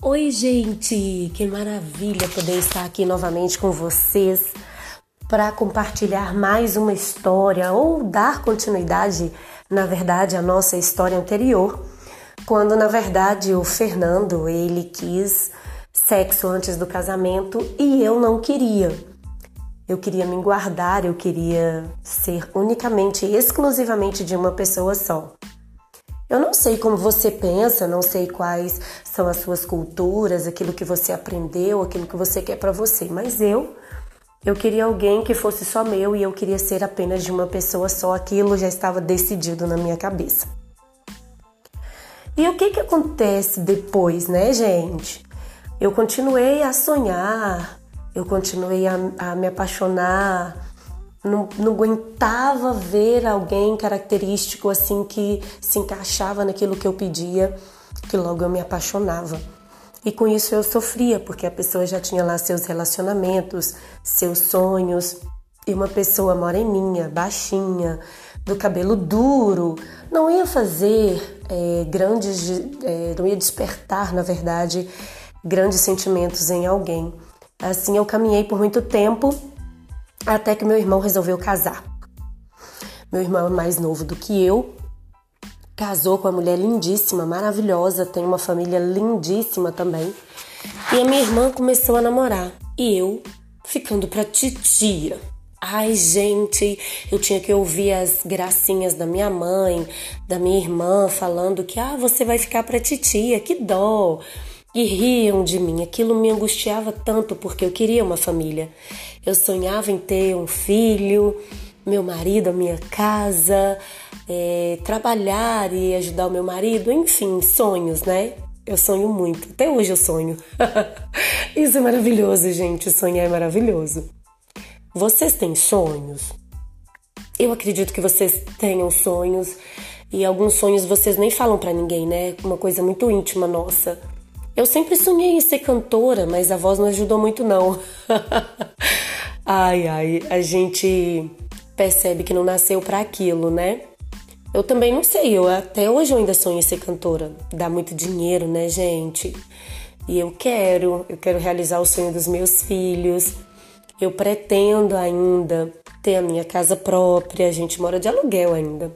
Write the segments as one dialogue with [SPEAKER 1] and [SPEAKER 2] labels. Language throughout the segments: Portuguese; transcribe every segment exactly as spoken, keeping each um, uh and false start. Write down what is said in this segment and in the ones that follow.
[SPEAKER 1] Oi, gente! Que maravilha poder estar aqui novamente com vocês para compartilhar mais uma história ou dar continuidade, na verdade, à nossa história anterior, quando, na verdade, o Fernando, ele quis sexo antes do casamento e eu não queria. Eu queria me guardar, eu queria ser unicamente e exclusivamente de uma pessoa só. Eu não sei como você pensa, não sei quais são as suas culturas, aquilo que você aprendeu, aquilo que você quer pra você, mas eu, eu queria alguém que fosse só meu e eu queria ser apenas de uma pessoa só, aquilo já estava decidido na minha cabeça. E o que que acontece depois, né, gente? Eu continuei a sonhar, eu continuei a, a me apaixonar. Não, não aguentava ver alguém característico assim que se encaixava naquilo que eu pedia, que logo eu me apaixonava. E com isso eu sofria, porque a pessoa já tinha lá seus relacionamentos, seus sonhos. E uma pessoa moreninha, baixinha, do cabelo duro, não ia fazer é, grandes, é, não ia despertar, na verdade, grandes sentimentos em alguém. Assim eu caminhei por muito tempo, até que meu irmão resolveu casar. Meu irmão é mais novo do que eu, casou com uma mulher lindíssima, maravilhosa, tem uma família lindíssima também. E a minha irmã começou a namorar e eu ficando pra titia. Ai, gente, eu tinha que ouvir as gracinhas da minha mãe, da minha irmã, falando que ah, você vai ficar pra titia, que dó. E riam de mim, aquilo me angustiava tanto porque eu queria uma família. Eu sonhava em ter um filho, meu marido, a minha casa, é, trabalhar e ajudar o meu marido, enfim, sonhos, né? Eu sonho muito, até hoje eu sonho. Isso é maravilhoso, gente, sonhar é maravilhoso. Vocês têm sonhos? Eu acredito que vocês tenham sonhos e alguns sonhos vocês nem falam pra ninguém, né? Uma coisa muito íntima nossa. Eu sempre sonhei em ser cantora, mas a voz não ajudou muito não. Ai, ai, a gente percebe que não nasceu pra aquilo, né? Eu também não sei, eu até hoje eu ainda sonho em ser cantora. Dá muito dinheiro, né, gente? E eu quero, eu quero realizar o sonho dos meus filhos. Eu pretendo ainda ter a minha casa própria, a gente mora de aluguel ainda.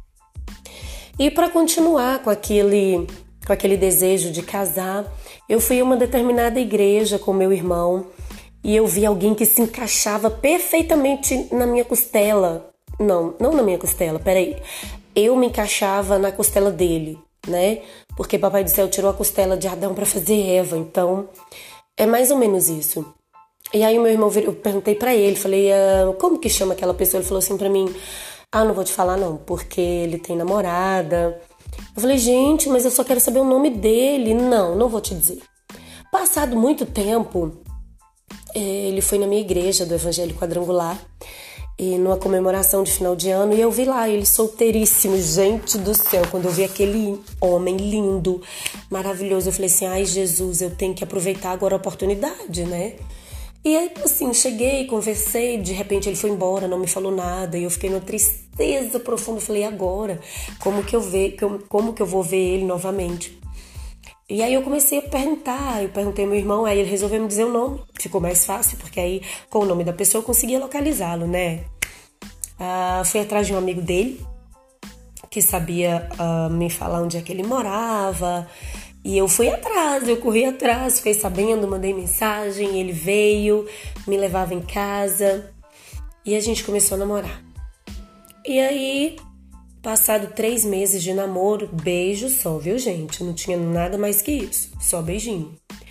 [SPEAKER 1] E para continuar com aquele... com aquele desejo de casar, eu fui a uma determinada igreja com meu irmão e eu vi alguém que se encaixava perfeitamente na minha costela. Não, não na minha costela, peraí. Eu me encaixava na costela dele, né? Porque Papai do Céu tirou a costela de Adão para fazer Eva, então é mais ou menos isso. E aí o meu irmão, eu perguntei pra ele, falei, ah, como que chama aquela pessoa? Ele falou assim pra mim, ah, não vou te falar não, porque ele tem namorada. Eu falei, gente, mas eu só quero saber o nome dele. Não, não vou te dizer. Passado muito tempo, ele foi na minha igreja do Evangelho Quadrangular, e numa comemoração de final de ano, e eu vi lá ele solteiríssimo. Gente do céu, quando eu vi aquele homem lindo, maravilhoso, eu falei assim, ai Jesus, eu tenho que aproveitar agora a oportunidade, né? E aí, assim, cheguei, conversei, de repente ele foi embora, não me falou nada, e eu fiquei numa tristeza profunda. Falei, agora, como que eu ve, como que eu vou ver ele novamente? E aí eu comecei a perguntar, eu perguntei ao meu irmão, aí ele resolveu me dizer o nome, ficou mais fácil, porque aí com o nome da pessoa eu conseguia localizá-lo, né? Ah, fui atrás de um amigo dele, que sabia ah, me falar onde é que ele morava. E eu fui atrás, eu corri atrás, fiquei sabendo, mandei mensagem, ele veio, me levava em casa e a gente começou a namorar. E aí, passado três meses de namoro, beijo só, viu, gente? Não tinha nada mais que isso, só beijinho.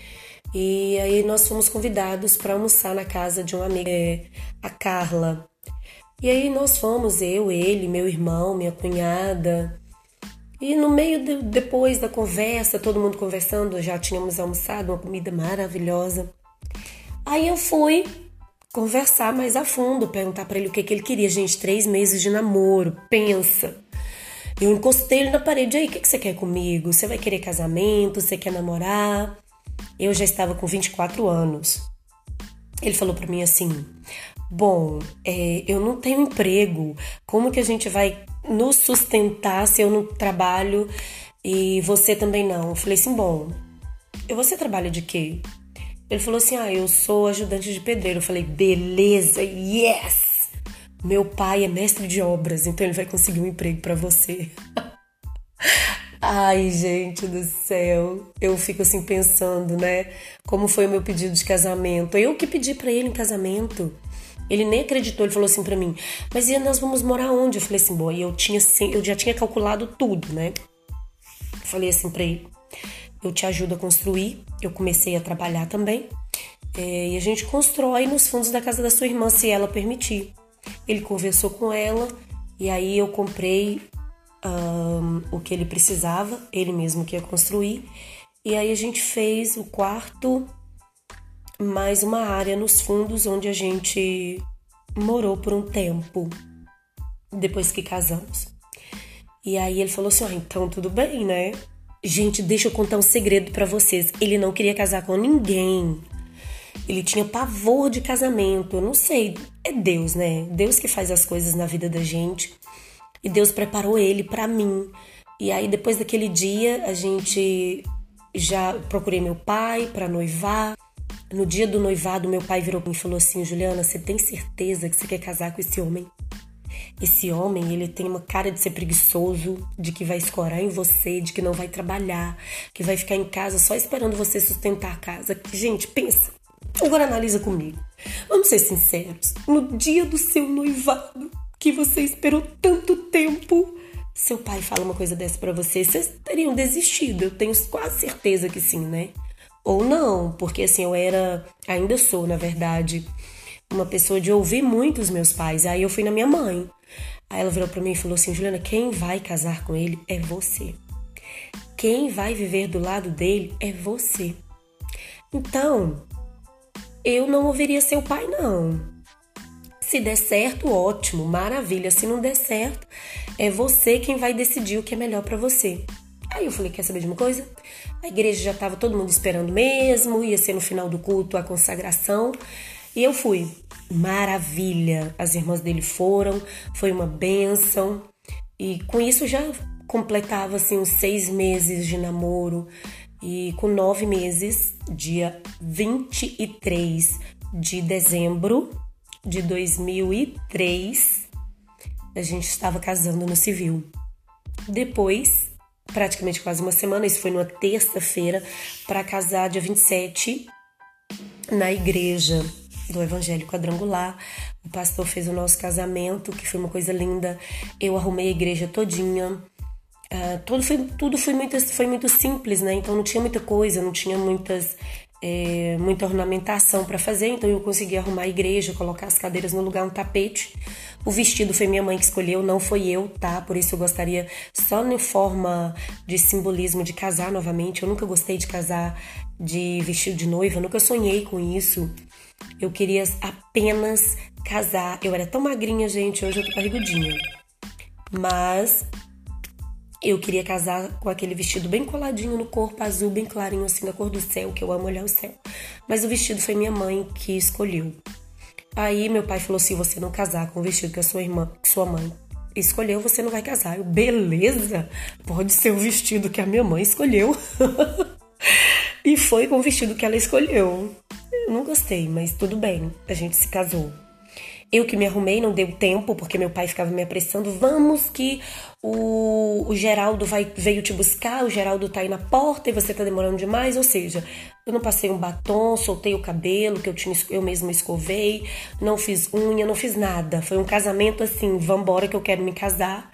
[SPEAKER 1] E aí nós fomos convidados para almoçar na casa de uma amiga, a Carla. E aí nós fomos, eu, ele, meu irmão, minha cunhada. E no meio, de, depois da conversa, todo mundo conversando, já tínhamos almoçado, uma comida maravilhosa. Aí eu fui conversar mais a fundo, perguntar pra ele o que, que ele queria. Gente, três meses de namoro, pensa. Eu encostei ele na parede, aí, o que, que você quer comigo? Você vai querer casamento? Você quer namorar? Eu já estava com vinte e quatro anos. Ele falou pra mim assim, bom, é, eu não tenho emprego, como que a gente vai nos sustentar se eu não trabalho e você também não? Eu falei assim, bom, Eu, você trabalha de quê? Ele falou assim, ah, eu sou ajudante de pedreiro. Eu falei, beleza, yes! Meu pai é mestre de obras, então ele vai conseguir um emprego pra você. Ai, gente do céu. Eu fico assim pensando, né? Como foi o meu pedido de casamento. Eu que pedi pra ele em casamento. Ele nem acreditou, ele falou assim pra mim, mas e nós vamos morar onde? Eu falei assim, bom, e eu, tinha, eu já tinha calculado tudo, né? Eu falei assim pra ele, eu te ajudo a construir. Eu comecei a trabalhar também. É, e a gente constrói nos fundos da casa da sua irmã, se ela permitir. Ele conversou com ela e aí eu comprei um, o que ele precisava, ele mesmo que ia construir. E aí a gente fez o quarto mais uma área nos fundos onde a gente morou por um tempo, depois que casamos. E aí ele falou assim, ah, então tudo bem, né? Gente, deixa eu contar um segredo pra vocês. Ele não queria casar com ninguém. Ele tinha pavor de casamento. Eu não sei, é Deus, né? Deus que faz as coisas na vida da gente. E Deus preparou ele pra mim. E aí depois daquele dia, a gente já procurei meu pai pra noivar. No dia do noivado, meu pai virou pra mim e falou assim, Juliana, você tem certeza que você quer casar com esse homem? Esse homem, ele tem uma cara de ser preguiçoso, de que vai escorar em você, de que não vai trabalhar, que vai ficar em casa só esperando você sustentar a casa. Gente, pensa. Agora analisa comigo. Vamos ser sinceros. No dia do seu noivado, que você esperou tanto tempo, seu pai fala uma coisa dessa pra você, vocês teriam desistido. Eu tenho quase certeza que sim, né? Ou não, porque assim, eu era, ainda sou, na verdade, uma pessoa de ouvir muito os meus pais. Aí eu fui na minha mãe. Aí ela virou pra mim e falou assim, Juliana, quem vai casar com ele é você. Quem vai viver do lado dele é você. Então, eu não ouviria seu pai, não. Se der certo, ótimo, maravilha. Se não der certo, é você quem vai decidir o que é melhor pra você. Aí eu falei, quer saber de uma coisa? A igreja já estava todo mundo esperando mesmo, ia ser no final do culto a consagração. E eu fui. Maravilha! As irmãs dele foram, foi uma bênção. E com isso já completava assim, uns seis meses de namoro. E com nove meses, dia vinte e três de dezembro de dois mil e três, a gente estava casando no civil. Depois, praticamente quase uma semana, isso foi numa terça-feira, para casar dia vinte e sete na igreja do Evangelho Quadrangular. O pastor fez o nosso casamento, que foi uma coisa linda. Eu arrumei a igreja todinha. Uh, tudo foi, tudo foi, muito, foi muito simples, né? Então não tinha muita coisa, não tinha muitas, é, muita ornamentação para fazer. Então eu consegui arrumar a igreja, colocar as cadeiras no lugar, um tapete. O vestido foi minha mãe que escolheu, não foi eu, tá? Por isso eu gostaria, só em forma de simbolismo de casar novamente. Eu nunca gostei de casar de vestido de noiva, nunca sonhei com isso. Eu queria apenas casar. Eu era tão magrinha, gente, hoje eu tô barrigudinha. Mas eu queria casar com aquele vestido bem coladinho no corpo, azul, bem clarinho, assim, na cor do céu, que eu amo olhar o céu. Mas o vestido foi minha mãe que escolheu. Aí meu pai falou, se você não casar com o vestido que a sua irmã, que sua mãe escolheu, você não vai casar. Eu, beleza, pode ser o vestido que a minha mãe escolheu. E foi com o vestido que ela escolheu. Eu não gostei, mas tudo bem, a gente se casou. Eu que me arrumei, não deu tempo, porque meu pai ficava me apressando. Vamos que o, o Geraldo vai, veio te buscar, o Geraldo tá aí na porta e você tá demorando demais. Ou seja, eu não passei um batom, soltei o cabelo, que eu, tinha, eu mesma escovei, não fiz unha, não fiz nada. Foi um casamento assim, vambora que eu quero me casar.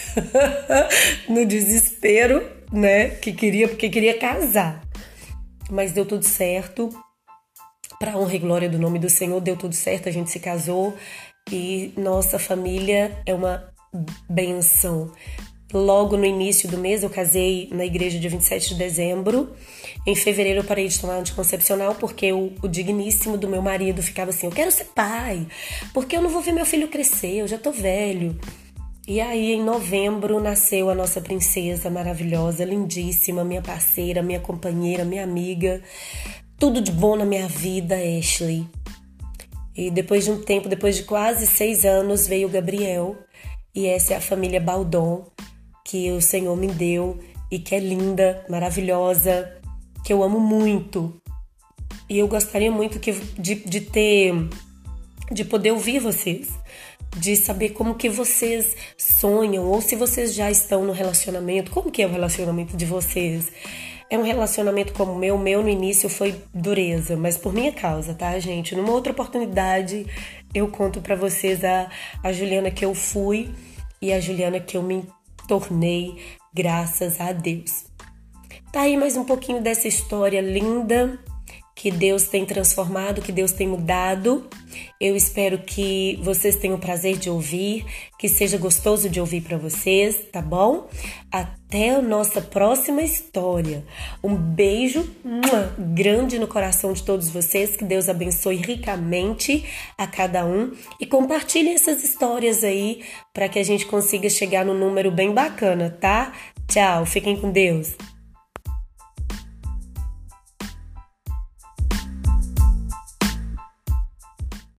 [SPEAKER 1] No desespero, né, que queria, porque queria casar. Mas deu tudo certo. Para honra e glória do nome do Senhor, deu tudo certo, a gente se casou e nossa família é uma benção. Logo no início do mês eu casei na igreja dia vinte e sete de dezembro. Em fevereiro eu parei de tomar anticoncepcional porque o, o digníssimo do meu marido ficava assim, eu quero ser pai, porque eu não vou ver meu filho crescer, eu já tô velho. E aí em novembro nasceu a nossa princesa maravilhosa, lindíssima, minha parceira, minha companheira, minha amiga. Tudo de bom na minha vida, Ashley. E depois de um tempo, depois de quase seis anos, veio o Gabriel. E essa é a família Baldon, que o Senhor me deu e que é linda, maravilhosa. que eu amo muito. E eu gostaria muito que, de, de ter, de poder ouvir vocês, de saber como que vocês sonham, ou se vocês já estão no relacionamento, como que é o relacionamento de vocês? É um relacionamento como o meu, o meu no início foi dureza, mas por minha causa, tá, gente? Numa outra oportunidade eu conto pra vocês a, a Juliana que eu fui e a Juliana que eu me tornei, graças a Deus. Tá aí mais um pouquinho dessa história linda que Deus tem transformado, que Deus tem mudado. Eu espero que vocês tenham o prazer de ouvir, que seja gostoso de ouvir para vocês, tá bom? Até a nossa próxima história. Um beijo grande no coração de todos vocês, que Deus abençoe ricamente a cada um e compartilhe essas histórias aí para que a gente consiga chegar num número bem bacana, tá? Tchau, fiquem com Deus.